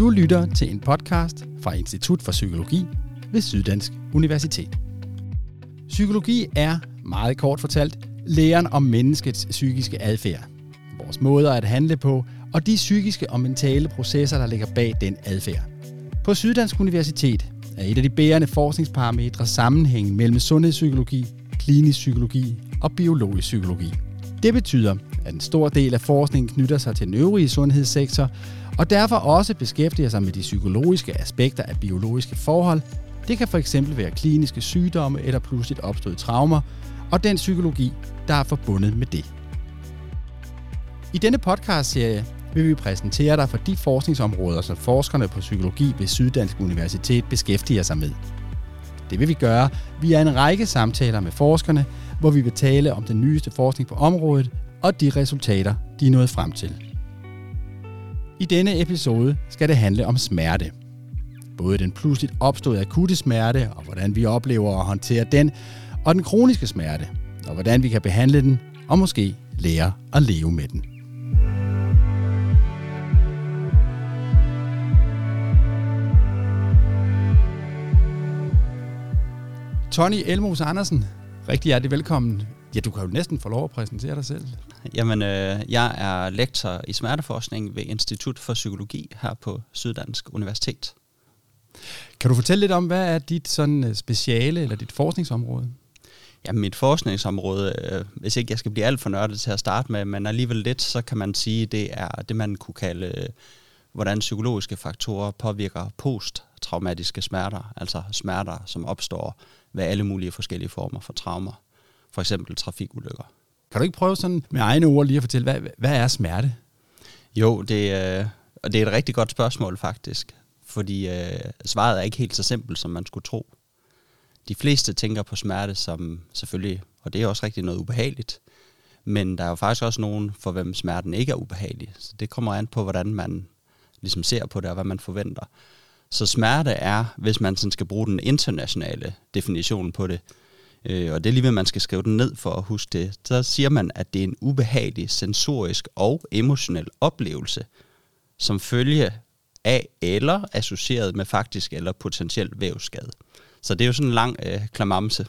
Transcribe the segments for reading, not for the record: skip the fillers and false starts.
Du lytter til en podcast fra Institut for Psykologi ved Syddansk Universitet. Psykologi er, meget kort fortalt, læren om menneskets psykiske adfærd. Vores måder at handle på, og de psykiske og mentale processer, der ligger bag den adfærd. På Syddansk Universitet er et af de bærende forskningsparametre sammenhængen mellem sundhedspsykologi, klinisk psykologi og biologisk psykologi. Det betyder, at en stor del af forskningen knytter sig til den øvrige sundhedssektor, og derfor også beskæftiger sig med de psykologiske aspekter af biologiske forhold. Det kan fx være kliniske sygdomme eller pludseligt opståede traumer, og den psykologi, der er forbundet med det. I denne podcastserie vil vi præsentere dig for de forskningsområder, som forskerne på psykologi ved Syddansk Universitet beskæftiger sig med. Det vil vi gøre via en række samtaler med forskerne, hvor vi vil tale om den nyeste forskning på området og de resultater, de er nået frem til. I denne episode skal det handle om smerte. Både den pludseligt opståede akutte smerte, og hvordan vi oplever at håndtere den, og den kroniske smerte, og hvordan vi kan behandle den, og måske lære at leve med den. Tony Elmos Andersen, rigtig hjertelig velkommen. Ja, du kan jo næsten få lov at præsentere dig selv. Jamen, jeg er lektor i smerteforskning ved Institut for Psykologi her på Syddansk Universitet. Kan du fortælle lidt om, hvad er dit sådan speciale eller dit forskningsområde? Ja, mit forskningsområde, hvis ikke jeg skal blive alt for nørdet til at starte med, men alligevel lidt, så kan man sige, det er det, man kunne kalde, hvordan psykologiske faktorer påvirker posttraumatiske smerter, altså smerter, som opstår ved alle mulige forskellige former for traumer. For eksempel trafikulykker. Kan du ikke prøve sådan med egne ord lige at fortælle, hvad er smerte? Jo, det er et rigtig godt spørgsmål faktisk, fordi svaret er ikke helt så simpelt, som man skulle tro. De fleste tænker på smerte som selvfølgelig, og det er også rigtig noget ubehageligt, men der er jo faktisk også nogen, for hvem smerten ikke er ubehagelig. Så det kommer an på, hvordan man ligesom ser på det, og hvad man forventer. Så smerte er, hvis man sådan skal bruge den internationale definition på det, og det er lige ved, at man skal skrive den ned for at huske det, så siger man, at det er en ubehagelig, sensorisk og emotionel oplevelse, som følge af eller associeret med faktisk eller potentiel vævsskade. Så det er jo sådan en lang klamamse.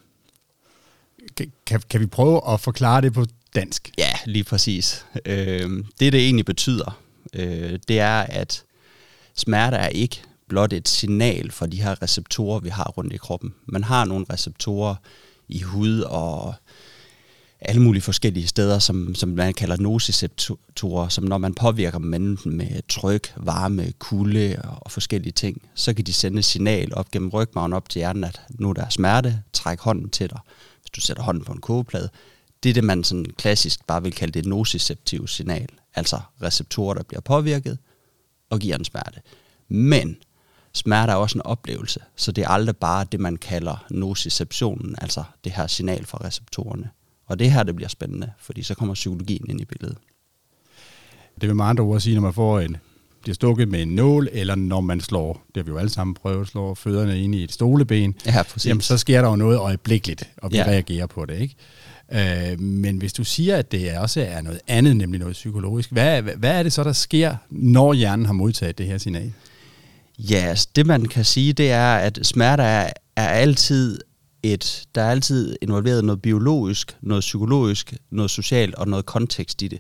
Kan vi prøve at forklare det på dansk? Ja, lige præcis. Det egentlig betyder, det er, at smerte er ikke blot et signal for de her receptorer, vi har rundt i kroppen. Man har nogle receptorer i hud og alle mulige forskellige steder, som man kalder nociceptorer, som når man påvirker dem med tryk, varme, kulde og forskellige ting, så kan de sende et signal op gennem rygmarven op til hjernen, at nu der er smerte, træk hånden til dig. Hvis du sætter hånden på en kogeplade, det er det, man sådan klassisk bare vil kalde det nociceptive signal, altså receptorer, der bliver påvirket og giver en smerte. Men smerte er også en oplevelse, så det er aldrig bare det, man kalder nociceptionen, altså det her signal fra receptorerne. Og det her, det bliver spændende, fordi så kommer psykologien ind i billedet. Det vil med andre ord sige, når man bliver stukket med en nål, eller når man slår, det har vi jo alle sammen prøvet at slå fødderne ind i et stoleben, ja, jamen, så sker der jo noget øjeblikkeligt, og vi reagerer på det, ikke? Men hvis du siger, at det også er noget andet, nemlig noget psykologisk, hvad er det så, der sker, når hjernen har modtaget det her signal? Ja, altså, det man kan sige, det er, at smerte er altid der er altid involveret noget biologisk, noget psykologisk, noget socialt og noget kontekst i det.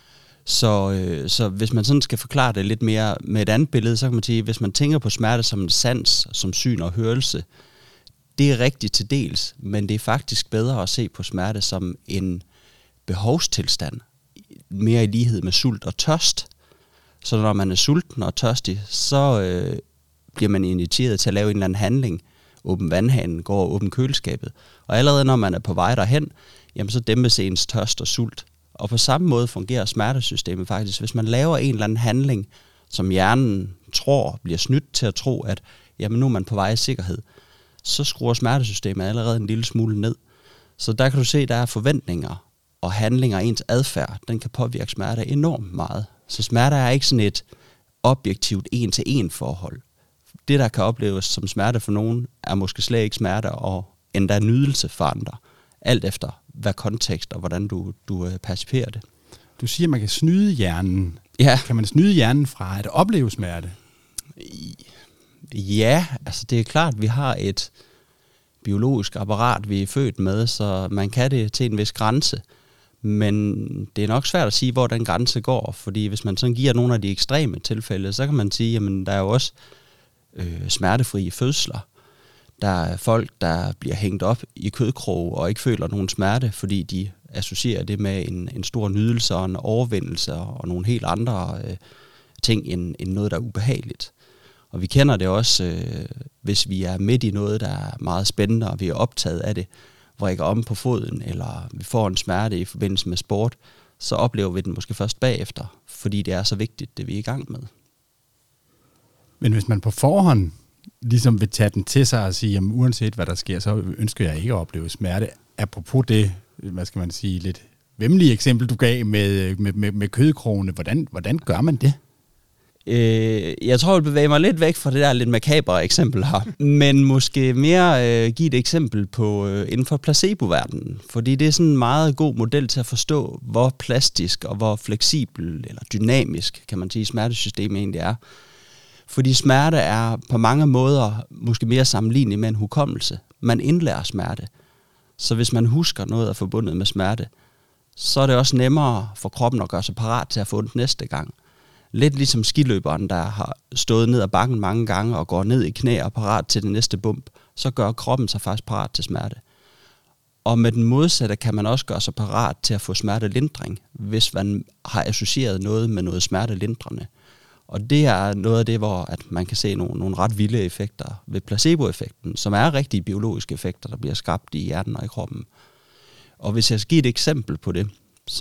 Så hvis man sådan skal forklare det lidt mere med et andet billede, så kan man sige, hvis man tænker på smerte som en sans, som syn og hørelse, det er rigtigt til dels, men det er faktisk bedre at se på smerte som en behovstilstand, mere i lighed med sult og tørst. Så når man er sulten og tørstig, så bliver man initieret til at lave en eller anden handling. Åbne vandhanen, gå og åbne køleskabet. Og allerede når man er på vej derhen, jamen så dæmpes ens tørst og sult. Og på samme måde fungerer smertesystemet faktisk. Hvis man laver en eller anden handling, som hjernen tror, bliver snydt til at tro, at jamen nu er man på vej i sikkerhed, så skruer smertesystemet allerede en lille smule ned. Så der kan du se, at der er forventninger og handlinger, ens adfærd, den kan påvirke smerte enormt meget. Så smerte er ikke sådan et objektivt en-til-en forhold. Det, der kan opleves som smerte for nogen, er måske slet ikke smerte og endda nydelse for andre. Alt efter hvad kontekst og hvordan du perciperer det. Du siger, at man kan snyde hjernen. Ja. Kan man snyde hjernen fra at opleve smerte? Ja, altså det er klart, at vi har et biologisk apparat, vi er født med, så man kan det til en vis grænse. Men det er nok svært at sige, hvor den grænse går, fordi hvis man sådan giver nogle af de ekstreme tilfælde, så kan man sige, at der er jo også smertefrie fødsler. Der er folk, der bliver hængt op i kødkroge og ikke føler nogen smerte, fordi de associerer det med en stor nydelse og en overvindelse og nogle helt andre ting end noget, der er ubehageligt. Og vi kender det også, hvis vi er midt i noget, der er meget spændende, og vi er optaget af det, vrikker om på foden, eller vi får en smerte i forbindelse med sport, så oplever vi den måske først bagefter, fordi det er så vigtigt, det vi er i gang med. Men hvis man på forhånd ligesom vil tage den til sig og sige, jamen uanset hvad der sker, så ønsker jeg ikke at opleve smerte. Apropos det, hvad skal man sige, lidt væmmelige eksempel, du gav med kødkrogene, hvordan gør man det? Jeg tror, jeg vil bevæge mig lidt væk fra det der lidt makabre eksempel her, men måske mere give et eksempel på inden for placebo-verdenen, fordi det er sådan en meget god model til at forstå, hvor plastisk og hvor fleksibel eller dynamisk, kan man sige, smertesystemet egentlig er. Fordi smerte er på mange måder måske mere sammenlignelig med en hukommelse. Man indlærer smerte. Så hvis man husker noget er forbundet med smerte, så er det også nemmere for kroppen at gøre sig parat til at få ondt næste gang. Lidt ligesom skiløberen, der har stået ned ad bakken mange gange og går ned i knæ og parat til det næste bump, så gør kroppen sig faktisk parat til smerte. Og med den modsatte kan man også gøre sig parat til at få smertelindring, hvis man har associeret noget med noget smertelindrende. Og det er noget af det, hvor at man kan se nogle ret vilde effekter ved placeboeffekten, som er rigtige biologiske effekter, der bliver skabt i hjernen og i kroppen. Og hvis jeg skal give et eksempel på det,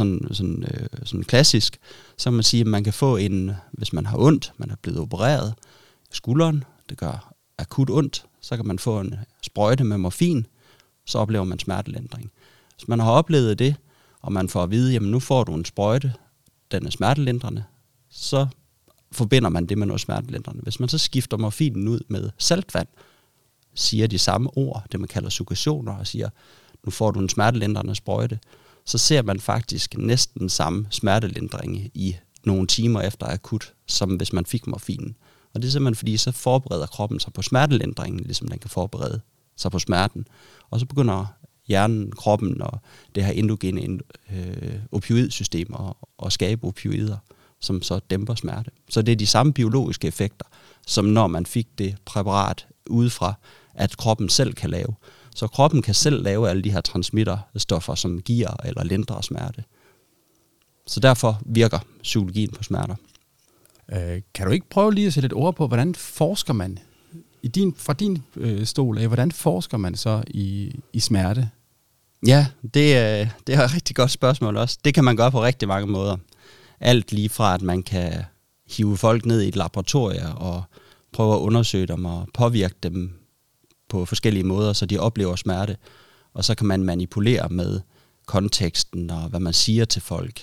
sådan klassisk, så kan man sige, at man kan få hvis man har ondt, man er blevet opereret i skulderen, det gør akut ondt, så kan man få en sprøjte med morfin, så oplever man smertelindring. Hvis man har oplevet det, og man får at vide, jamen nu får du en sprøjte, den er smertelindrende, så forbinder man det med noget smertelindrende. Hvis man så skifter morfinen ud med saltvand, siger de samme ord, det man kalder suggestioner, og siger, nu får du en smertelindrende sprøjte, så ser man faktisk næsten samme smertelindring i nogle timer efter akut, som hvis man fik morfinen. Og det er simpelthen fordi, så forbereder kroppen sig på smertelindringen, ligesom den kan forberede sig på smerten. Og så begynder hjernen, kroppen og det her endogene opioidsystem at skabe opioider, som så dæmper smerte. Så det er de samme biologiske effekter, som når man fik det præparat udefra, at kroppen selv kan lave. Så kroppen kan selv lave alle de her transmitterstoffer, som giver eller lindrer smerte. Så derfor virker psykologien på smerter. Kan du ikke prøve lige at sætte et ord på, hvordan forsker man fra din stol af, hvordan forsker man så i smerte? Ja, det er et rigtig godt spørgsmål også. Det kan man gøre på rigtig mange måder. Alt lige fra, at man kan hive folk ned i et laboratorium og prøve at undersøge dem og påvirke dem på forskellige måder, så de oplever smerte. Og så kan man manipulere med konteksten og hvad man siger til folk.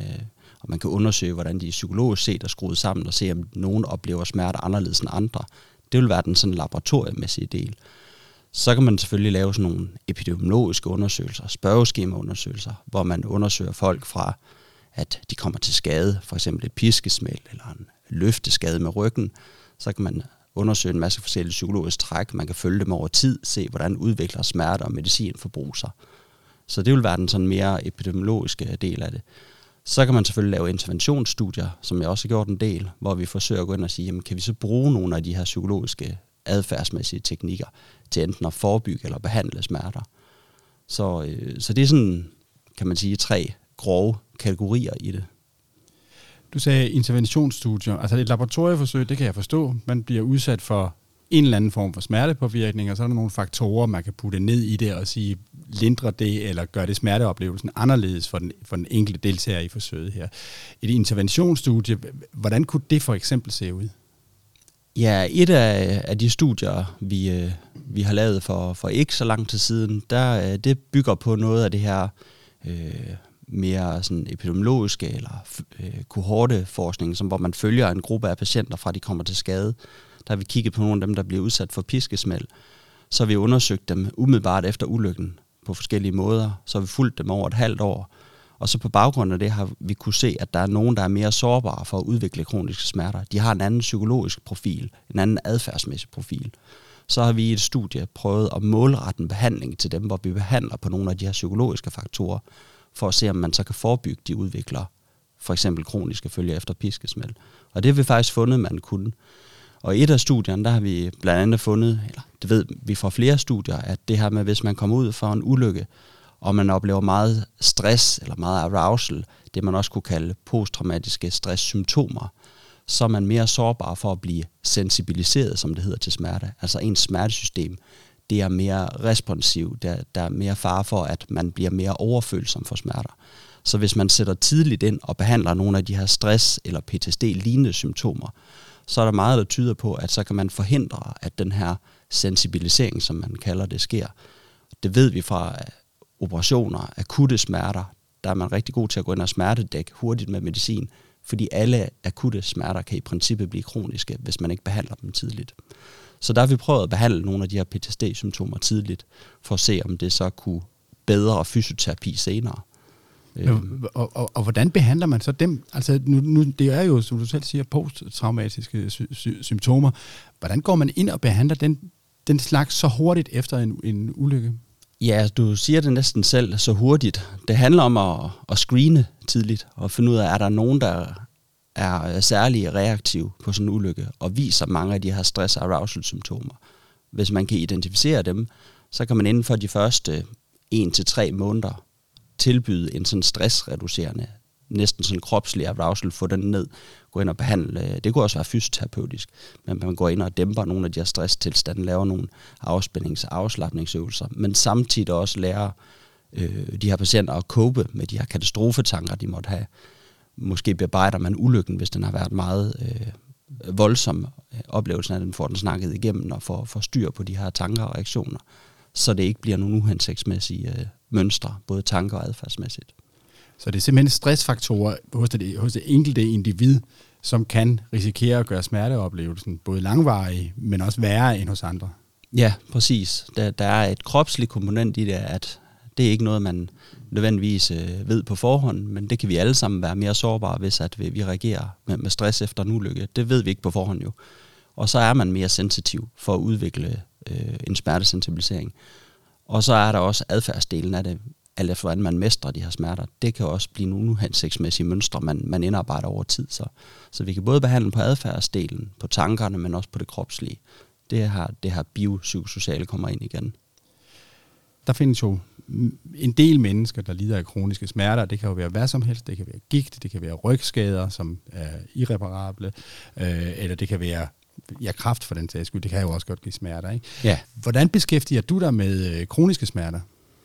Og man kan undersøge, hvordan de psykologisk set er skruet sammen og se, om nogen oplever smerte anderledes end andre. Det vil være den sådan laboratoriemæssige del. Så kan man selvfølgelig lave sådan nogle epidemiologiske undersøgelser, spørgeskemaundersøgelser, hvor man undersøger folk fra, at de kommer til skade, for eksempel et piskesmæld eller en løfteskade med ryggen. Så kan man undersøge en masse forskellige psykologiske træk. Man kan følge dem over tid, se hvordan udvikler smerte og medicinforbrug sig. Så det vil være den sådan mere epidemiologiske del af det. Så kan man selvfølgelig lave interventionsstudier, som jeg også har gjort en del, hvor vi forsøger at gå ind og sige, jamen, kan vi så bruge nogle af de her psykologiske adfærdsmæssige teknikker til enten at forebygge eller behandle smerter. Så det er sådan, kan man sige, 3 grove kategorier i det. Du sagde interventionsstudier, altså et laboratorieforsøg, det kan jeg forstå. Man bliver udsat for en eller anden form for smertepåvirkning, og så er der nogle faktorer, man kan putte ned i det og sige, lindre det, eller gøre det smerteoplevelsen anderledes for den enkelte deltager i forsøget her. Et interventionsstudie, hvordan kunne det for eksempel se ud? Ja, et af de studier, vi har lavet for ikke så lang tid siden, det bygger på noget af det her mere sådan epidemiologiske eller kohorteforskning, hvor man følger en gruppe af patienter fra de kommer til skade. Der har vi kigget på nogle af dem, der bliver udsat for piskesmæld. Så har vi undersøgt dem umiddelbart efter ulykken på forskellige måder. Så har vi fulgt dem over et halvt år Og så på baggrund af det har vi kunne se, at der er nogen, der er mere sårbare for at udvikle kroniske smerter. De har en anden psykologisk profil, en anden adfærdsmæssig profil. Så har vi i et studie prøvet at målrette en behandling til dem, hvor vi behandler på nogle af de her psykologiske faktorer, for at se, om man så kan forebygge, de udvikler for eksempel kroniske følger efter piskesmæld. Og det har vi faktisk fundet, man kunne. Og i et af studierne, der har vi blandt andet fundet, eller det ved vi fra flere studier, at det her med, hvis man kommer ud for en ulykke, og man oplever meget stress eller meget arousal, det man også kunne kalde posttraumatiske stresssymptomer, så er man mere sårbar for at blive sensibiliseret, som det hedder, til smerte. Altså ens smertesystem, det er mere responsivt, der er mere fare for, at man bliver mere overfølsom for smerter. Så hvis man sætter tidligt ind og behandler nogle af de her stress- eller PTSD-lignende symptomer, så er der meget, der tyder på, at så kan man forhindre, at den her sensibilisering, som man kalder det, sker. Det ved vi fra operationer, akutte smerter. Der er man rigtig god til at gå ind og smertedække hurtigt med medicin, fordi alle akutte smerter kan i princippet blive kroniske, hvis man ikke behandler dem tidligt. Så der har vi prøvet at behandle nogle af de her PTSD-symptomer tidligt, for at se, om det så kunne bedre fysioterapi senere. Og hvordan behandler man så dem? Altså nu det er jo, som du selv siger, posttraumatiske symptomer. Hvordan går man ind og behandler den slags så hurtigt efter en ulykke? Ja, du siger det næsten selv så hurtigt. Det handler om at screene tidligt og finde ud af, er der nogen, der er særlig reaktiv på sådan en ulykke og viser mange af de her stress- og arousal-symptomer. Hvis man kan identificere dem, så kan man inden for de første 1-3 måneder tilbyde en sådan stressreducerende, næsten sådan kropslig arousal, få den ned, gå ind og behandle. Det kunne også være fysioterapeutisk, men man går ind og dæmper nogle af de her stresstilstande, laver nogle afspændings- og afslapningsøvelser, men samtidig også lærer de her patienter at cope med de her katastrofetanker, de måtte have. Måske bearbejder man ulykken, hvis den har været meget voldsom. Oplevelsen af den får den snakket igennem og får styr på de her tanker og reaktioner, så det ikke bliver nogle uhensigtsmæssige mønstre, både tanker og adfærdsmæssigt. Så det er simpelthen stressfaktorer hos det enkelte individ, som kan risikere at gøre smerteoplevelsen både langvarig, men også værre end hos andre. Ja, præcis. Der er et kropsligt komponent i det, at det er ikke noget, man nødvendigvis ved på forhånd, men det kan vi alle sammen være mere sårbare, hvis at vi reagerer med stress efter en ulykke. Det ved vi ikke på forhånd jo. Og så er man mere sensitiv for at udvikle en smertesensibilisering. Og så er der også adfærdsdelen af det, alt efter hvordan man mestrer de her smerter. Det kan også blive nogle uhensigtsmæssige mønstre, man indarbejder over tid. Så vi kan både behandle på adfærdsdelen, på tankerne, men også på det kropslige. Det her biopsykosociale kommer ind igen. Der findes jo en del mennesker, der lider af kroniske smerter. Det kan jo være hvad som helst. Det kan være gigt, det kan være rygskader, som er irreparable, eller det kan være kræft for den sags skyld. Det kan jo også godt give smerter, ikke? Ja. Hvordan beskæftiger du dig med kroniske smerter?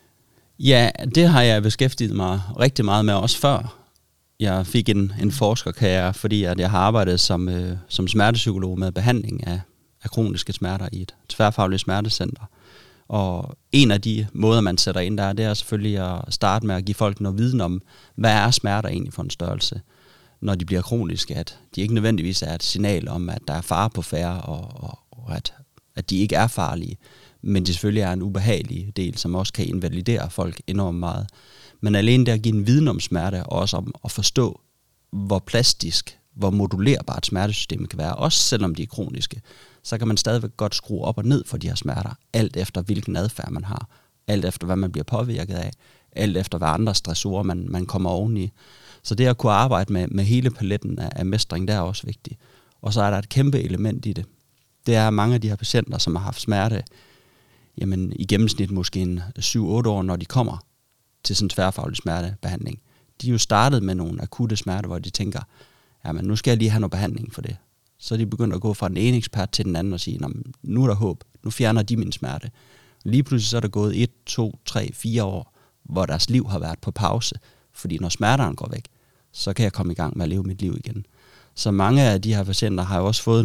Ja, det har jeg beskæftiget mig rigtig meget med også før. Jeg fik en forskerkarriere, fordi at jeg har arbejdet som smertepsykolog med behandling af kroniske smerter i et tværfagligt smertecenter. Og en af de måder, man sætter ind der, det er selvfølgelig at starte med at give folk noget viden om, hvad er smerter egentlig for en størrelse, når de bliver kroniske, at de ikke nødvendigvis er et signal om, at der er fare på færre, og at de ikke er farlige, men de selvfølgelig er en ubehagelig del, som også kan invalidere folk enormt meget. Men alene det at give en viden om smerte, og også om at forstå, hvor plastisk, hvor modulerbart smertesystemet kan være, også selvom de er kroniske, så kan man stadigvæk godt skrue op og ned for de her smerter, alt efter hvilken adfærd man har, alt efter hvad man bliver påvirket af, alt efter hvad andre stressorer man kommer oveni. Så det at kunne arbejde med hele paletten af mestring, det er også vigtigt. Og så er der et kæmpe element i det. Det er mange af de her patienter, som har haft smerte, jamen i gennemsnit måske 7-8 år, når de kommer til sådan en tværfaglig smertebehandling. De er jo startet med nogle akutte smerter, hvor de tænker, jamen nu skal jeg lige have noget behandling for det. Så er de begyndt at gå fra den ene ekspert til den anden og sige, nu er der håb, nu fjerner de min smerte. Lige pludselig så er der gået 1, 2, 3, 4 år, hvor deres liv har været på pause, fordi når smerterne går væk, så kan jeg komme i gang med at leve mit liv igen. Så mange af de her patienter har jo også fået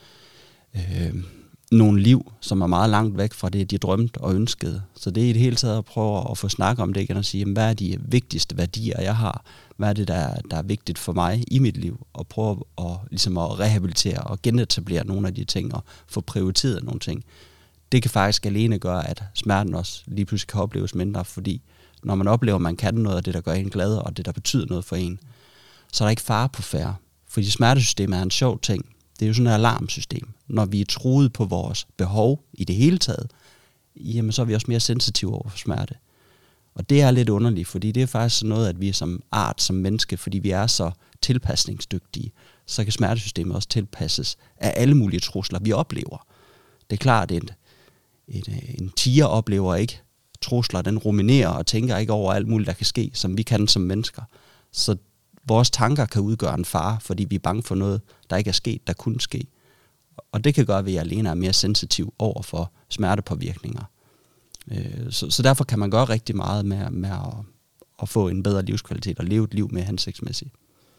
nogle liv, som er meget langt væk fra det, de drømte og ønskede. Så det er i det hele taget at prøve at få snak om det igen og sige, hvad er de vigtigste værdier, jeg har? Hvad er det, der er vigtigt for mig i mit liv? Og prøve at rehabilitere og genetablere nogle af de ting og få prioriteret nogle ting. Det kan faktisk alene gøre, at smerten også lige pludselig kan opleves mindre, fordi når man oplever, at man kan noget af det, der gør en glad, og det, der betyder noget for en, så er der ikke fare på færre. Fordi smertesystemet er en sjov ting. Det er jo sådan et alarmsystem. Når vi er truet på vores behov i det hele taget, jamen så er vi også mere sensitive over for smerte. Og det er lidt underligt, fordi det er faktisk noget, at vi som art, som menneske, fordi vi er så tilpasningsdygtige, så kan smertesystemet også tilpasses af alle mulige trusler, vi oplever. Det er klart, at en tiger oplever ikke trusler, den ruminerer og tænker ikke over alt muligt, der kan ske, som vi kan som mennesker. Så vores tanker kan udgøre en fare, fordi vi er bange for noget, der ikke er sket, der kunne ske. Og det kan gøre, at vi alene er mere sensitive over for smertepåvirkninger. Så derfor kan man gøre rigtig meget med at få en bedre livskvalitet og leve et liv mere hensigtsmæssigt.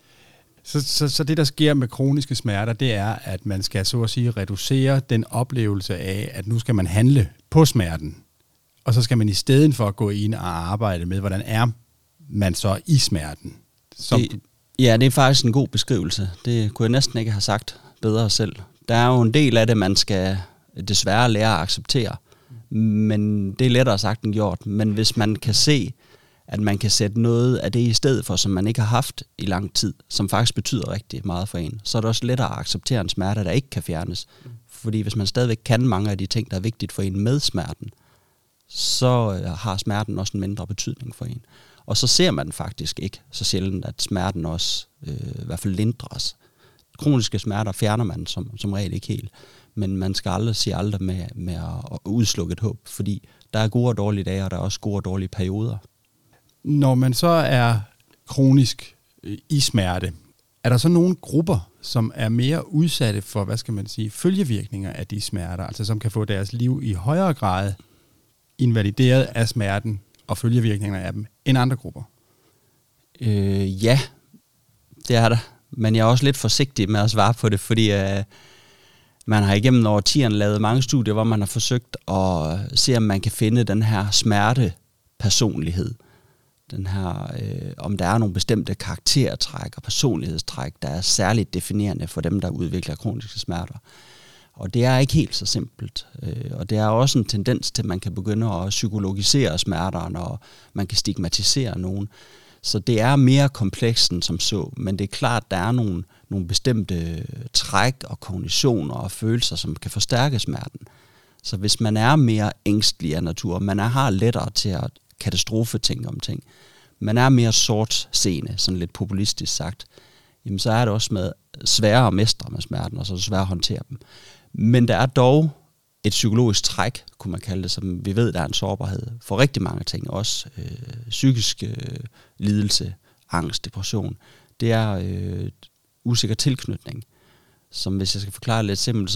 Så det, der sker med kroniske smerter, det er, at man skal så at sige reducere den oplevelse af, at nu skal man handle på smerten. Og så skal man i stedet for gå ind og arbejde med, hvordan er man så i smerten. Det er faktisk en god beskrivelse. Det kunne jeg næsten ikke have sagt bedre selv. Der er jo en del af det, man skal desværre lære at acceptere. Men det er lettere sagt end gjort. Men hvis man kan se, at man kan sætte noget af det i stedet for, som man ikke har haft i lang tid, som faktisk betyder rigtig meget for en, så er det også lettere at acceptere en smerte, der ikke kan fjernes. Fordi hvis man stadigvæk kan mange af de ting, der er vigtigt for en med smerten, så har smerten også en mindre betydning for en. Og så ser man faktisk ikke så sjældent, at smerten også i hvert fald lindres. Kroniske smerter fjerner man som regel ikke helt, men man skal aldrig sige aldrig med at udslukke et håb, fordi der er gode og dårlige dage, og der er også gode og dårlige perioder. Når man så er kronisk i smerte, er der så nogle grupper, som er mere udsatte for, følgevirkninger af de smerter, altså som kan få deres liv i højere grad invalideret af smerten og følgevirkningerne af dem, end andre grupper? Ja, det er der. Men jeg er også lidt forsigtig med at svare på det, fordi man har igennem årtierne lavet mange studier, hvor man har forsøgt at se, om man kan finde den her smertepersonlighed. Den her, om der er nogle bestemte karaktertræk og personlighedstræk, der er særligt definerende for dem, der udvikler kroniske smerter. Og det er ikke helt så simpelt. Og det er også en tendens til, at man kan begynde at psykologisere smerterne, og man kan stigmatisere nogen. Så det er mere komplekst end som så, men det er klart, at der er nogle bestemte træk og kognitioner og følelser, som kan forstærke smerten. Så hvis man er mere ængstelig af natur, man har lettere til at katastrofetænke om ting, man er mere sortseende, sådan lidt populistisk sagt, jamen så er det også med sværere at mestre med smerten, og så er det sværere at håndtere dem. Men der er dog et psykologisk træk, kunne man kalde det, som vi ved, der er en sårbarhed for rigtig mange ting, også psykisk lidelse, angst, depression. Det er usikker tilknytning, som hvis jeg skal forklare lidt simpelt,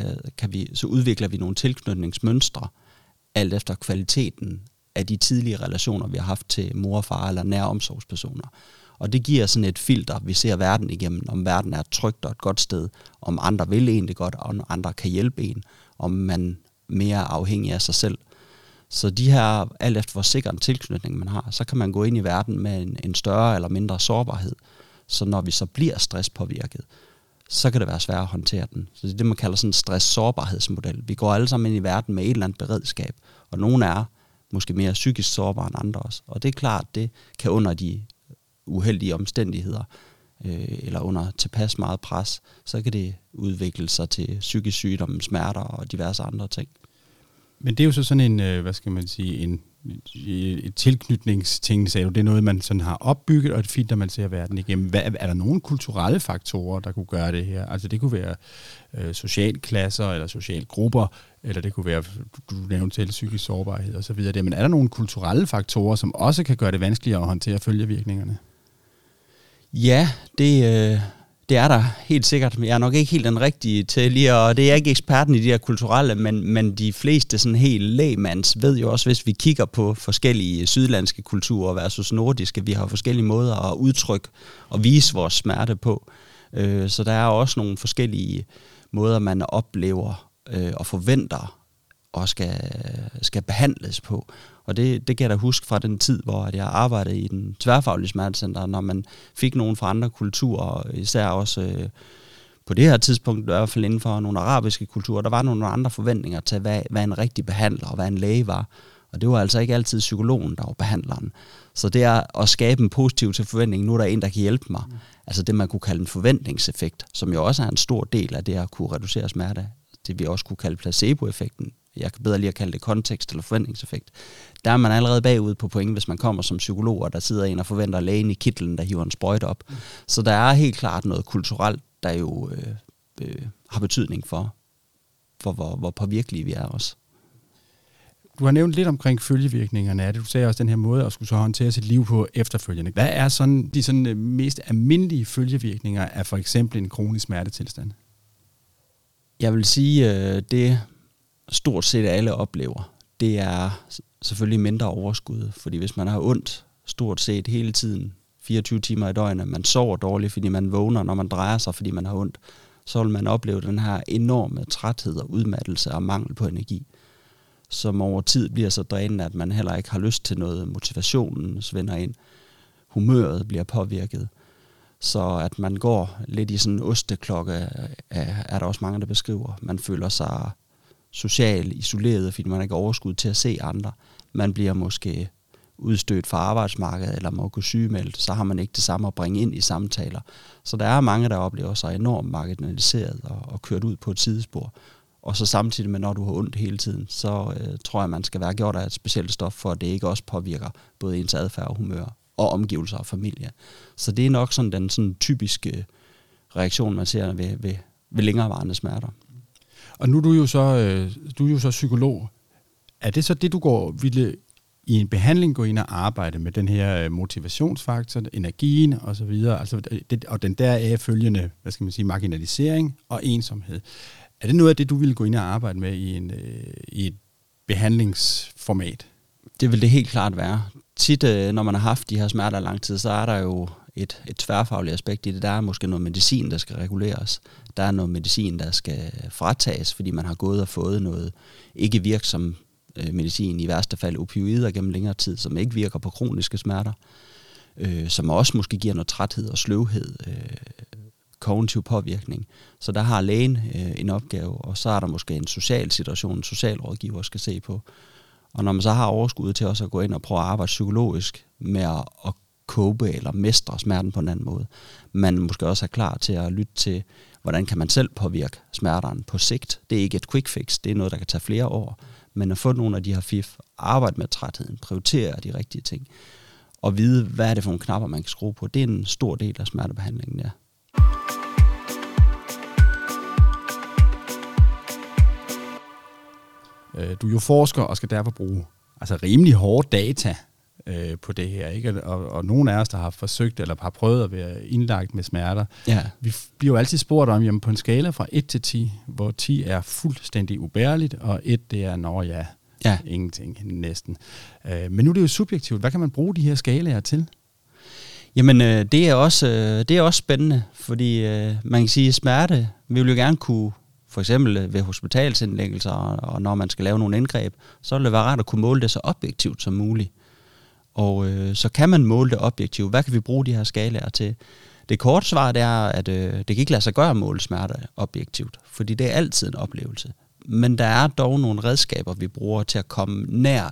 så udvikler vi nogle tilknytningsmønstre, alt efter kvaliteten af de tidlige relationer, vi har haft til mor og far eller nære omsorgspersoner. Og det giver sådan et filter, vi ser verden igennem, om verden er trygt og et godt sted, om andre vil egentlig godt, og om andre kan hjælpe en, om man mere er afhængig af sig selv. Så de her, alt efter hvor sikker en tilknytning man har, så kan man gå ind i verden med en større eller mindre sårbarhed. Så når vi så bliver stresspåvirket, så kan det være svært at håndtere den. Så det er det, man kalder sådan en stress-sårbarhedsmodel. Vi går alle sammen ind i verden med et eller andet beredskab, og nogle er måske mere psykisk sårbare end andre også. Og det er klart, det kan under de uheldige omstændigheder, eller under tilpas meget pres, så kan det udvikle sig til psykisk sygdom, smerter og diverse andre ting. Men det er jo så sådan en, et tilknytningsting, sagde du. Det er noget, man sådan har opbygget, og et filter, man ser verden igennem. Er der nogle kulturelle faktorer, der kunne gøre det her? Altså det kunne være socialklasser, eller socialgrupper, eller det kunne være, du nævnte selv, psykisk sårbarhed og så videre. Men er der nogle kulturelle faktorer, som også kan gøre det vanskeligere at håndtere følgevirkningerne? Ja, det er der helt sikkert. Jeg er nok ikke helt den rigtige til lige, og det er ikke eksperten i de her kulturelle, men de fleste sådan helt lægmands ved jo også, hvis vi kigger på forskellige sydlandske kulturer versus nordiske, vi har forskellige måder at udtrykke og vise vores smerte på. Så der er også nogle forskellige måder, man oplever og forventer og skal behandles på. Og det kan jeg da huske fra den tid, hvor jeg arbejdede i den tværfaglige smertecenter, når man fik nogen fra andre kulturer, især også på det her tidspunkt, i hvert fald inden for nogle arabiske kulturer, der var nogle andre forventninger til, hvad en rigtig behandler og hvad en læge var. Og det var altså ikke altid psykologen, der var behandleren. Så det er at skabe en positiv til forventning. Nu er der en, der kan hjælpe mig. Altså det, man kunne kalde en forventningseffekt, som jo også er en stor del af det at kunne reducere smerte. Det vi også kunne kalde placeboeffekten. Jeg kan bedre lige at kalde det kontekst eller forventningseffekt. Der er man allerede bagud på point, hvis man kommer som psykolog, og der sidder en og forventer lægen i kitlen, der hiver en sprøjte op. Så der er helt klart noget kulturelt, der jo har betydning for hvor påvirkelige vi er også. Du har nævnt lidt omkring følgevirkningerne af det. Du sagde også den her måde at skulle så håndtere sit liv på efterfølgende. Hvad er de mest almindelige følgevirkninger af for eksempel en kronisk smertetilstand? Jeg vil sige, det stort set alle oplever, det er selvfølgelig mindre overskud. Fordi hvis man har ondt stort set hele tiden, 24 timer i døgnet, man sover dårligt, fordi man vågner, når man drejer sig, fordi man har ondt, så vil man opleve den her enorme træthed og udmattelse og mangel på energi, som over tid bliver så drænende, at man heller ikke har lyst til noget. Motivationen svinder ind. Humøret bliver påvirket. Så at man går lidt i sådan en osteklokke, er der også mange, der beskriver. Man føler sig socialt isoleret, fordi man ikke har overskud til at se andre. Man bliver måske udstødt fra arbejdsmarkedet, eller må gå sygemeldt, så har man ikke det samme at bringe ind i samtaler. Så der er mange, der oplever sig enormt marginaliseret og kørt ud på et sidespor. Og så samtidig med, når du har ondt hele tiden, så tror jeg, man skal være gjort af et specielt stof, for at det ikke også påvirker både ens adfærd og humør og omgivelser og familie. Så det er nok sådan den sådan typiske reaktion, man ser ved længerevarende smerter. Og nu er du jo så psykolog. Er det så det, du ville i en behandling gå ind og arbejde med den her motivationsfaktor, energien og så videre, altså og den deraf følgende, marginalisering og ensomhed? Er det noget af det, du ville gå ind og arbejde med i et behandlingsformat? Det vil det helt klart være. Tit, når man har haft de her smerter lang tid, så er der jo et tværfagligt aspekt i det. Der er måske noget medicin, der skal reguleres. Der er noget medicin, der skal fratages, fordi man har gået og fået noget ikke virksom medicin, i værste fald opioider gennem længere tid, som ikke virker på kroniske smerter, som også måske giver noget træthed og sløvhed, kognitiv påvirkning. Så der har lægen en opgave, og så er der måske en social situation, en socialrådgiver skal se på. Og når man så har overskud til også at gå ind og prøve at arbejde psykologisk med at cope eller mestre smerten på en anden måde, man måske også er klar til at lytte til, hvordan kan man selv påvirke smerterne på sigt. Det er ikke et quick fix, det er noget, der kan tage flere år, men at få nogle af de her fif, arbejde med trætheden, prioritere de rigtige ting, og vide, hvad er det for nogle knapper, man kan skrue på, det er en stor del af smertebehandlingen, ja. Du er jo forsker og skal derfor bruge rimelig hårde data på det her, ikke? Og nogle af os, der har forsøgt eller har prøvet at være indlagt med smerter, vi bliver jo altid spurgt om, jamen på en skala fra 1 til 10, hvor 10 er fuldstændig ubærligt, og 1 det er, ingenting næsten. Men nu er det jo subjektivt. Hvad kan man bruge de her skalaer til? Jamen, det er også spændende, fordi man kan sige, at smerte, vi vil jo gerne kunne, for eksempel ved hospitalsindlæggelser, og når man skal lave nogle indgreb, så vil det være rart at kunne måle det så objektivt som muligt. Og så kan man måle det objektivt. Hvad kan vi bruge de her skalaer til? Det korte svar det er, at det kan ikke lade sig gøre at måle smerte objektivt, fordi det er altid en oplevelse. Men der er dog nogle redskaber, vi bruger til at komme nær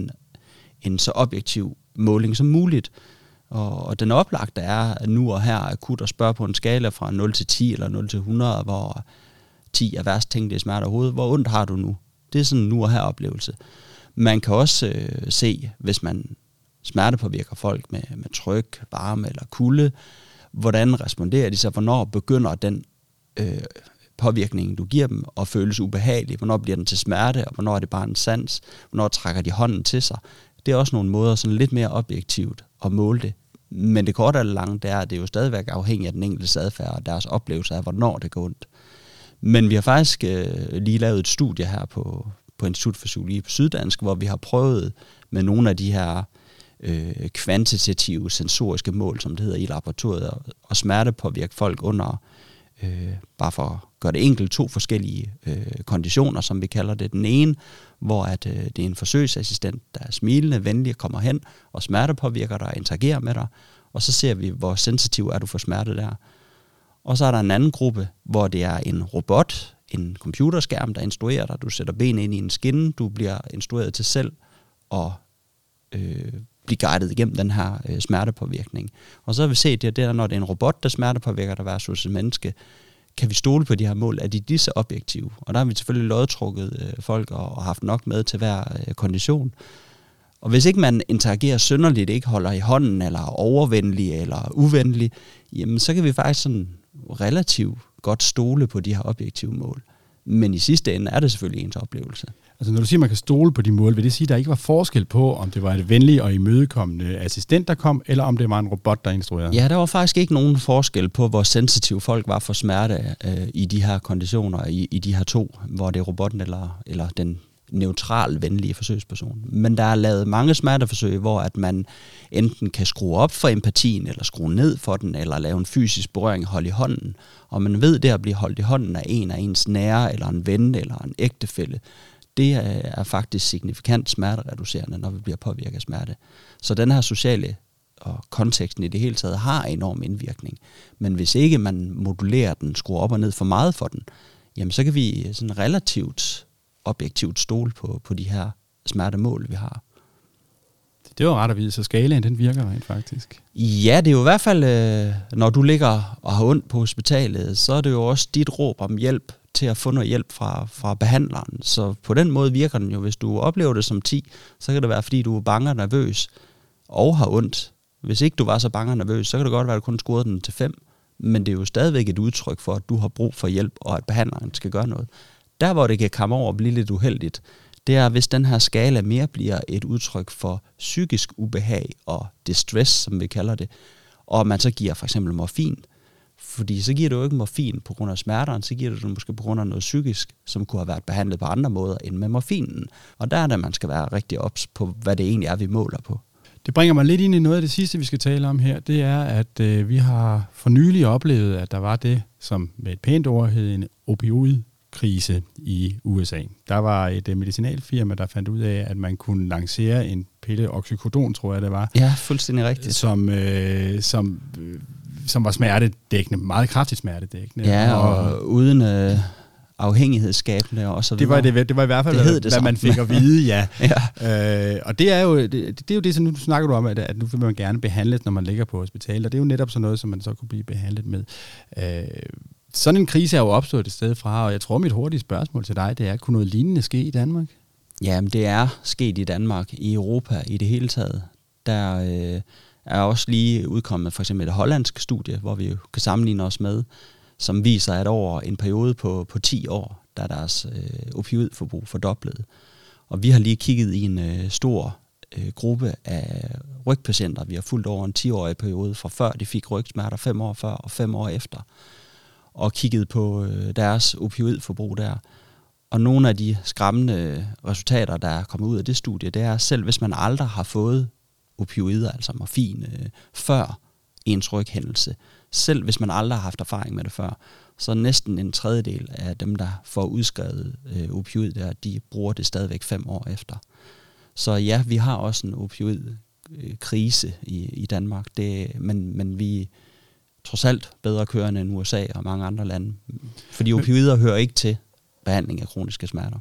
en så objektiv måling som muligt. Og den oplagte er nu og her akut at spørge på en skala fra 0 til 10 eller 0 til 100, hvor 10 er værst tænkte smerte overhovedet. Hvor ondt har du nu? Det er sådan en nu og her oplevelse. Man kan også se, hvis man smertepåvirker folk med tryk, varme eller kulde, hvordan responderer de så? Hvornår begynder den påvirkning, du giver dem, at føles ubehagelig? Hvornår bliver den til smerte, og hvornår er det bare en sans? Hvornår trækker de hånden til sig? Det er også nogle måder sådan lidt mere objektivt at måle det. Men det korte eller lange, det er jo stadigvæk afhængigt af den enkeltes adfærd og deres oplevelse af, hvornår det går ondt. Men vi har faktisk lige lavet et studie her på Institut for Psykologi på Syddansk, hvor vi har prøvet med nogle af de her kvantitative sensoriske mål, som det hedder i laboratoriet, og smertepåvirke folk under, bare for at gøre det enkelt, 2 forskellige konditioner, som vi kalder det. Den ene, hvor at, det er en forsøgsassistent, der er smilende, venlig, kommer hen og smertepåvirker dig og interagerer med dig, og så ser vi, hvor sensitiv er du for smerte der. Og så er der en anden gruppe, hvor det er en robot, en computerskærm, der instruerer dig. Du sætter ben ind i en skinne, du bliver instrueret til selv at blive guidet igennem den her smertepåvirkning. Og så har vi set, at det er, når det er en robot, der smertepåvirker der versus et menneske, kan vi stole på de her mål, er de disse objektive? Og der har vi selvfølgelig lodtrukket folk og haft nok med til hver kondition. Og hvis ikke man interagerer synderligt, ikke holder i hånden, eller er overvenlig eller uvenlig, jamen så kan vi faktisk sådan relativt godt stole på de her objektive mål. Men i sidste ende er det selvfølgelig ens oplevelse. Altså når du siger, at man kan stole på de mål, vil det sige, at der ikke var forskel på, om det var et venlig og imødekommende assistent, der kom, eller om det var en robot, der instruerede? Ja, der var faktisk ikke nogen forskel på, hvor sensitive folk var for smerte i de her konditioner, i de her to, hvor det er robotten eller den neutral venlige forsøgsperson. Men der er lavet mange smerteforsøg, hvor at man enten kan skrue op for empatien, eller skrue ned for den, eller lave en fysisk berøring, holde i hånden. Og man ved det at blive holdt i hånden af ens nære, eller en ven, eller en ægtefælle, det er faktisk signifikant smertereducerende, når vi bliver påvirket af smerte. Så den her sociale og konteksten i det hele taget har enorm indvirkning. Men hvis ikke man modulerer den, skruer op og ned for meget for den, jamen så kan vi sådan relativt objektivt stole på de her smertemål, vi har. Det var ret at vide, så skalaen den virker rent faktisk. Ja, det er jo i hvert fald, når du ligger og har ondt på hospitalet, så er det jo også dit råb om hjælp til at få noget hjælp fra behandleren. Så på den måde virker den jo. Hvis du oplever det som 10, så kan det være, fordi du er bange og nervøs og har ondt. Hvis ikke du var så bange og nervøs, så kan det godt være, at du kun scorede den til 5. Men det er jo stadigvæk et udtryk for, at du har brug for hjælp, og at behandleren skal gøre noget. Der, hvor det kan komme over og blive lidt uheldigt, det er, hvis den her skala mere bliver et udtryk for psykisk ubehag og distress, som vi kalder det, og man så giver for eksempel morfin. Fordi så giver du jo ikke morfin på grund af smerteren, så giver du det måske på grund af noget psykisk, som kunne have været behandlet på andre måder end med morfinen. Og der er det, man skal være rigtig ops på, hvad det egentlig er, vi måler på. Det bringer mig lidt ind i noget af det sidste, vi skal tale om her. Det er, at vi har for nylig oplevet, at der var det, som med et pænt ord hed en opioidkrise i USA. Der var et medicinalfirma, der fandt ud af, at man kunne lancere en pille, oxycodon, tror jeg det var. Ja, fuldstændig rigtigt. Som var smertedækkende, meget kraftigt smertedækkende. Ja, og uden afhængighedsskabende og så videre. Det var i hvert fald, hvad man fik at vide, ja. Ja. Og det er jo det, som nu snakker du om, at nu vil man gerne behandles, når man ligger på hospitalet, og det er jo netop sådan noget, som man så kunne blive behandlet med. Sådan en krise er jo opstået et sted fra, og jeg tror, mit hurtige spørgsmål til dig, det er, kunne noget lignende ske i Danmark? Jamen, det er sket i Danmark, i Europa i det hele taget. Der er også lige udkommet for eksempel et hollandsk studie, hvor vi kan sammenligne os med, som viser, at over en periode på 10 år, der er deres opioidforbrug fordoblet. Og vi har lige kigget i en stor gruppe af rygpatienter. Vi har fulgt over en 10-årig periode, fra før de fik rygsmerter, 5 år før og 5 år efter, og kigget på deres opioidforbrug der. Og nogle af de skræmmende resultater, der er kommet ud af det studie, det er, selv hvis man aldrig har fået opioider, altså morfin, før ens ryghændelse, selv hvis man aldrig har haft erfaring med det før, så næsten en tredjedel af dem, der får udskrevet opioid der, de bruger det stadigvæk 5 år efter. Så ja, vi har også en opioidkrise i Danmark, men vi er trods alt bedre kørende end USA og mange andre lande, fordi opioider hører ikke til behandling af kroniske smerter.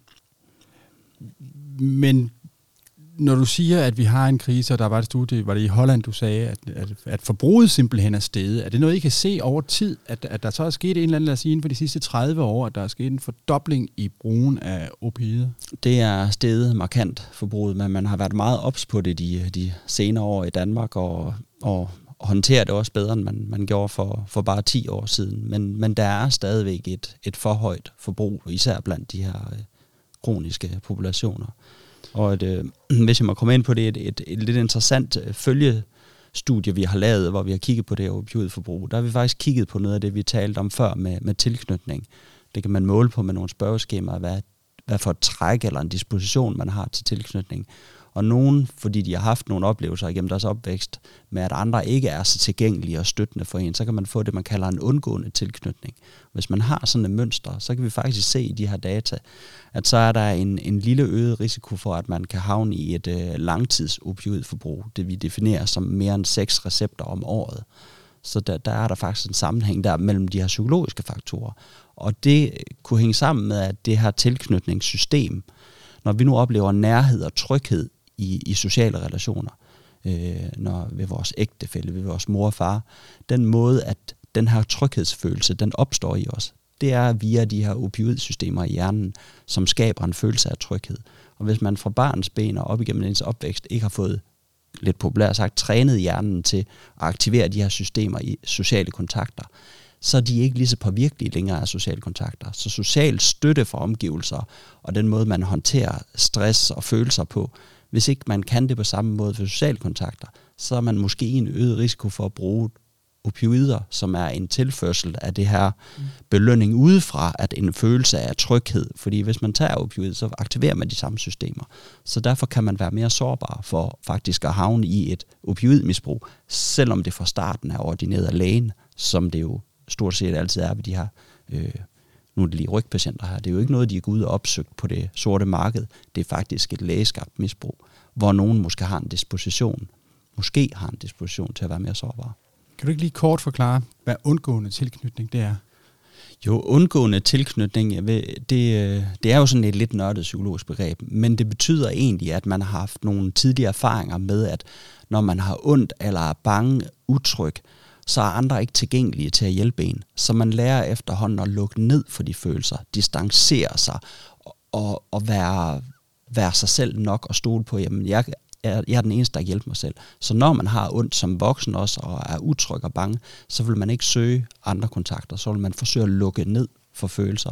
Men når du siger, at vi har en krise, og der var et studie, var det i Holland, du sagde, at forbruget simpelthen er steget. Er det noget, I kan se over tid, at der så er sket en eller anden, lad os sige, inden for de sidste 30 år, at der er sket en fordobling i brugen af opioider? Det er steget markant forbruget, men man har været meget ops på det de senere år i Danmark, og håndterer det også bedre, end man gjorde for bare 10 år siden. Men der er stadigvæk et for højt forbrug, især blandt de her kroniske populationer. Og hvis jeg må komme ind på det, et lidt interessant følgestudie, vi har lavet, hvor vi har kigget på det her opioidforbrug, der har vi faktisk kigget på noget af det, vi talte om før med tilknytning. Det kan man måle på med nogle spørgeskemaer, hvad for et træk eller en disposition, man har til tilknytning. Og nogen, fordi de har haft nogle oplevelser igennem deres opvækst, med at andre ikke er så tilgængelige og støttende for en, så kan man få det, man kalder en undgående tilknytning. Hvis man har sådan et mønster, så kan vi faktisk se i de her data, at så er der en lille øget risiko for, at man kan havne i et langtidsopioidforbrug, det vi definerer som mere end 6 recepter om året. Så der er der faktisk en sammenhæng der mellem de her psykologiske faktorer. Og det kunne hænge sammen med, at det her tilknytningssystem, når vi nu oplever nærhed og tryghed i sociale relationer, når ved vores ægtefælle, ved vores mor og far. Den måde, at den her tryghedsfølelse, den opstår i os, det er via de her opioidsystemer i hjernen, som skaber en følelse af tryghed. Og hvis man fra barns ben og op igennem ens opvækst ikke har fået, lidt populært sagt, trænet hjernen til at aktivere de her systemer i sociale kontakter, så er de ikke lige så påvirkelige længere af sociale kontakter. Så social støtte for omgivelser, og den måde, man håndterer stress og følelser på, hvis ikke man kan det på samme måde for sociale kontakter, så er man måske i en øget risiko for at bruge opioider, som er en tilførsel af det her belønning udefra, at en følelse af tryghed. Fordi hvis man tager opioid, så aktiverer man de samme systemer. Så derfor kan man være mere sårbar for faktisk at havne i et opioidmisbrug, selvom det fra starten er ordineret af lægen, som det jo stort set altid er ved de her, nu er det lige rygpatienter her, det er jo ikke noget, de er gået ud og opsøgt på det sorte marked. Det er faktisk et lægeskabt misbrug, hvor nogen måske har en disposition til at være mere sårbar. Kan du ikke lige kort forklare, hvad undgående tilknytning det er? Jo, undgående tilknytning, det er jo sådan et lidt nørdet psykologisk begreb, men det betyder egentlig, at man har haft nogle tidlige erfaringer med, at når man har ondt eller er bange, utryg, så er andre ikke tilgængelige til at hjælpe en. Så man lærer efterhånden at lukke ned for de følelser, distancere sig og være sig selv nok og stole på, jamen jeg er den eneste, der hjælper mig selv. Så når man har ondt som voksen også, og er utryg og bange, så vil man ikke søge andre kontakter. Så vil man forsøge at lukke ned for følelser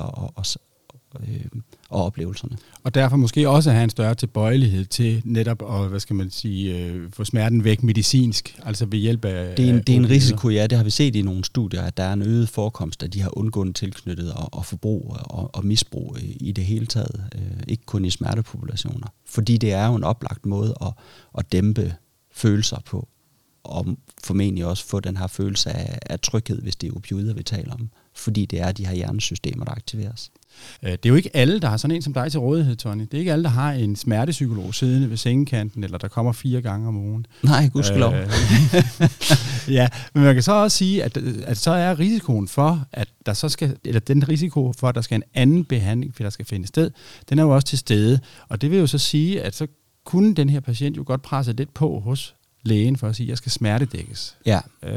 og oplevelserne. Og derfor måske også have en større tilbøjelighed til netop at, få smerten væk medicinsk, altså ved hjælp af... Det er en risiko, ja. Det har vi set i nogle studier, at der er en øget forekomst af de her undgående tilknyttet og forbrug og misbrug i det hele taget. Ikke kun i smertepopulationer. Fordi det er jo en oplagt måde at dæmpe følelser på, og formentlig også få den her følelse af tryghed, hvis det er opioider, vi taler om. Fordi det er de her hjernesystemer, der aktiveres. Det er jo ikke alle, der har sådan en som dig til rådighed, Tony. Det er ikke alle, der har en smertepsykolog siddende ved sengekanten, eller der kommer 4 gange om ugen. Nej, gudskelov. Ja, men man kan så også sige, at så er risikoen for, at der så skal, eller den risiko for, at der skal en anden behandling, der skal finde sted, den er jo også til stede. Og det vil jo så sige, at så kunne den her patient jo godt presse lidt på hos lægen for at sige, at jeg skal smertedækkes. Ja.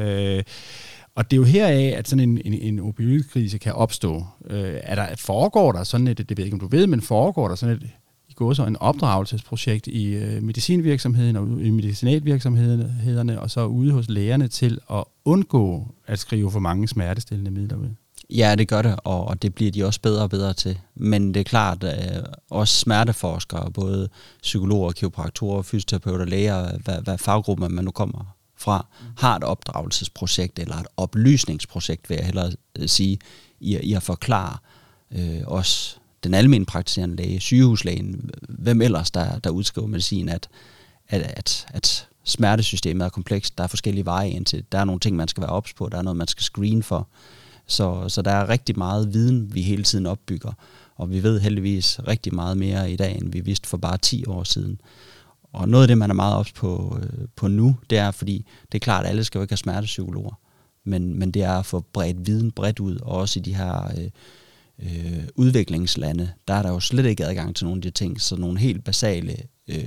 Og det er jo heraf, at sådan en opioidkrise kan opstå. Foregår der sådan et, det ved jeg ikke, om du ved, men foregår der sådan et, i går så en opdragelsesprojekt i medicinvirksomheden og i medicinalvirksomhederne, og så ude hos lægerne til at undgå at skrive for mange smertestillende midler ud? Ja, det gør det, og det bliver de også bedre og bedre til. Men det er klart, at også smerteforskere, både psykologer, kiropraktorer, fysioterapeuter, læger, hvad faggrupper man nu kommer fra, har et opdragelsesprojekt eller et oplysningsprojekt, vil jeg hellere sige, i at forklare også den almene praktiserende læge, sygehuslægen, hvem ellers, der udskriver medicin, at smertesystemet er komplekst. Der er forskellige veje ind til. Der er nogle ting, man skal være ops på. Der er noget, man skal screene for. Så der er rigtig meget viden, vi hele tiden opbygger. Og vi ved heldigvis rigtig meget mere i dag, end vi vidste for bare 10 år siden. Og noget af det, man er meget ops på nu, det er, fordi det er klart, at alle skal jo ikke have smertepsykologer. Men det er at få bredt viden bredt ud, og også i de her udviklingslande, der er der jo slet ikke adgang til nogle af de ting. Så nogle helt basale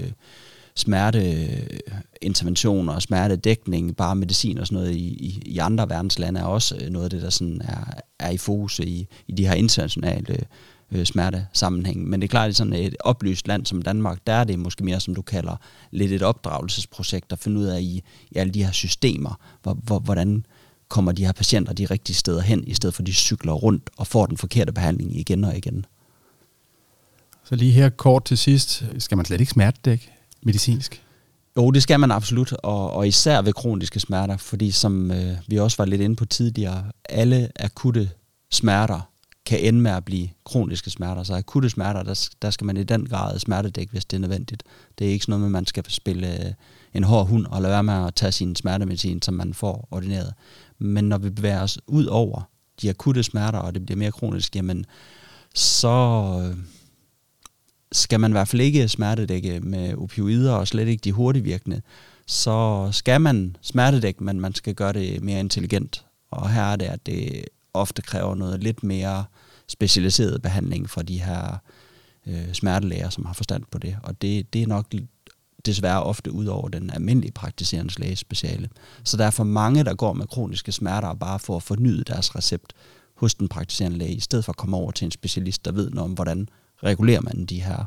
smerteinterventioner og smertedækning, bare medicin og sådan noget i andre verdenslande, er også noget af det, der sådan er i fokus i de her internationale smertesammenhæng. Men det er klart, at sådan et oplyst land som Danmark, der er det måske mere, som du kalder, lidt et opdragelsesprojekt, at finde ud af i alle de her systemer, hvordan kommer de her patienter de rigtige steder hen, i stedet for de cykler rundt og får den forkerte behandling igen og igen. Så lige her kort til sidst, skal man slet ikke smertedække medicinsk? Jo, det skal man absolut, og især ved kroniske smerter, fordi som vi også var lidt inde på tidligere, alle akutte smerter kan ende med at blive kroniske smerter. Så akutte smerter, der skal man i den grad smertedække, hvis det er nødvendigt. Det er ikke sådan noget med, at man skal spille en hård hund og lade være med at tage sin smertemedicin, som man får ordineret. Men når vi bevæger os ud over de akutte smerter, og det bliver mere kronisk, jamen, så skal man i hvert fald ikke smertedække med opioider, og slet ikke de hurtigvirkende. Så skal man smertedække, men man skal gøre det mere intelligent. Og her er det, at det ofte kræver noget lidt mere specialiseret behandling fra de her smertelæger, som har forstand på det. Og det er nok desværre ofte ud over den almindelige praktiserende lægespeciale. Så der er for mange, der går med kroniske smerter og bare for at fornyet deres recept hos den praktiserende læge, i stedet for at komme over til en specialist, der ved noget om, hvordan regulerer man de her,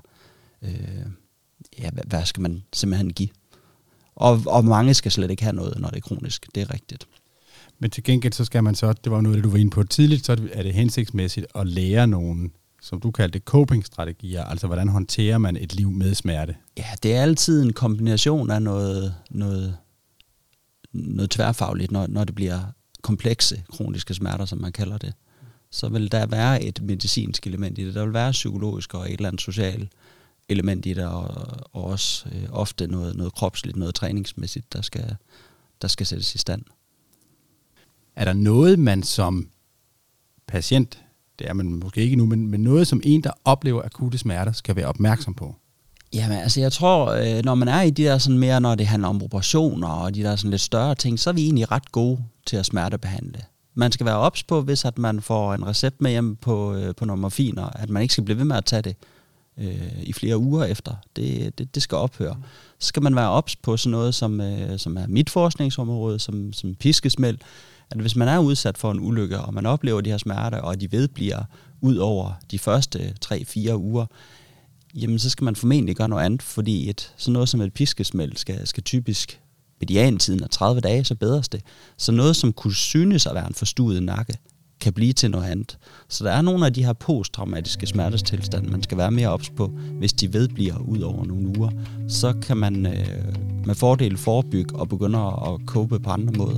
hvad skal man simpelthen give. Og mange skal slet ikke have noget, når det er kronisk. Det er rigtigt. Men til gengæld, så skal man så, det var noget, det du var inde på tidligt, så er det hensigtsmæssigt at lære nogle, som du kaldte coping-strategier, altså hvordan håndterer man et liv med smerte? Ja, det er altid en kombination af noget tværfagligt, når det bliver komplekse kroniske smerter, som man kalder det. Så vil der være et medicinsk element i det, der vil være psykologisk og et eller andet socialt element i det, og også ofte noget kropsligt, noget træningsmæssigt, der skal sættes i stand. Er der noget, man som patient, det er man måske ikke nu, men noget, som en, der oplever akutte smerter, skal være opmærksom på? Jamen, altså jeg tror, når man er i de der sådan mere, når det handler om operationer og de der sådan lidt større ting, så er vi egentlig ret gode til at smertebehandle. Man skal være ops på, hvis at man får en recept med hjem på noget morfiner, at man ikke skal blive ved med at tage det i flere uger efter. Det skal ophøre. Så skal man være ops på sådan noget, som er mit forskningsområde, som piskesmæld, at hvis man er udsat for en ulykke, og man oplever de her smerter, og de vedbliver ud over de første 3-4 uger, jamen så skal man formentlig gøre noget andet, fordi sådan noget som et piskesmæld skal typisk, mediantiden er 30 dage, så bedres det. Så noget, som kunne synes at være en forstuet nakke, kan blive til noget andet. Så der er nogle af de her posttraumatiske smertestilstande, man skal være mere ops på, hvis de vedbliver ud over nogle uger. Så kan man med fordel forebygge og begynde at cope på andre måder.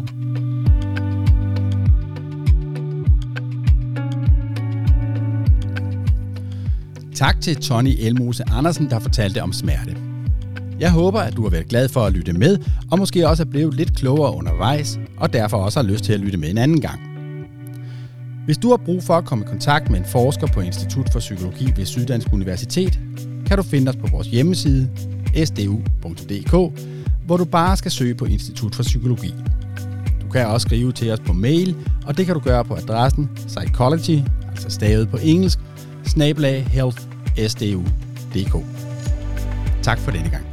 Tak til Tonni Elmose Andersen, der fortalte om smerte. Jeg håber, at du har været glad for at lytte med, og måske også er blevet lidt klogere undervejs, og derfor også har lyst til at lytte med en anden gang. Hvis du har brug for at komme i kontakt med en forsker på Institut for Psykologi ved Syddansk Universitet, kan du finde os på vores hjemmeside, sdu.dk, hvor du bare skal søge på Institut for Psykologi. Du kan også skrive til os på mail, og det kan du gøre på adressen psychology, altså stavet på engelsk, @healthsdu.dk. Tak for denne gang.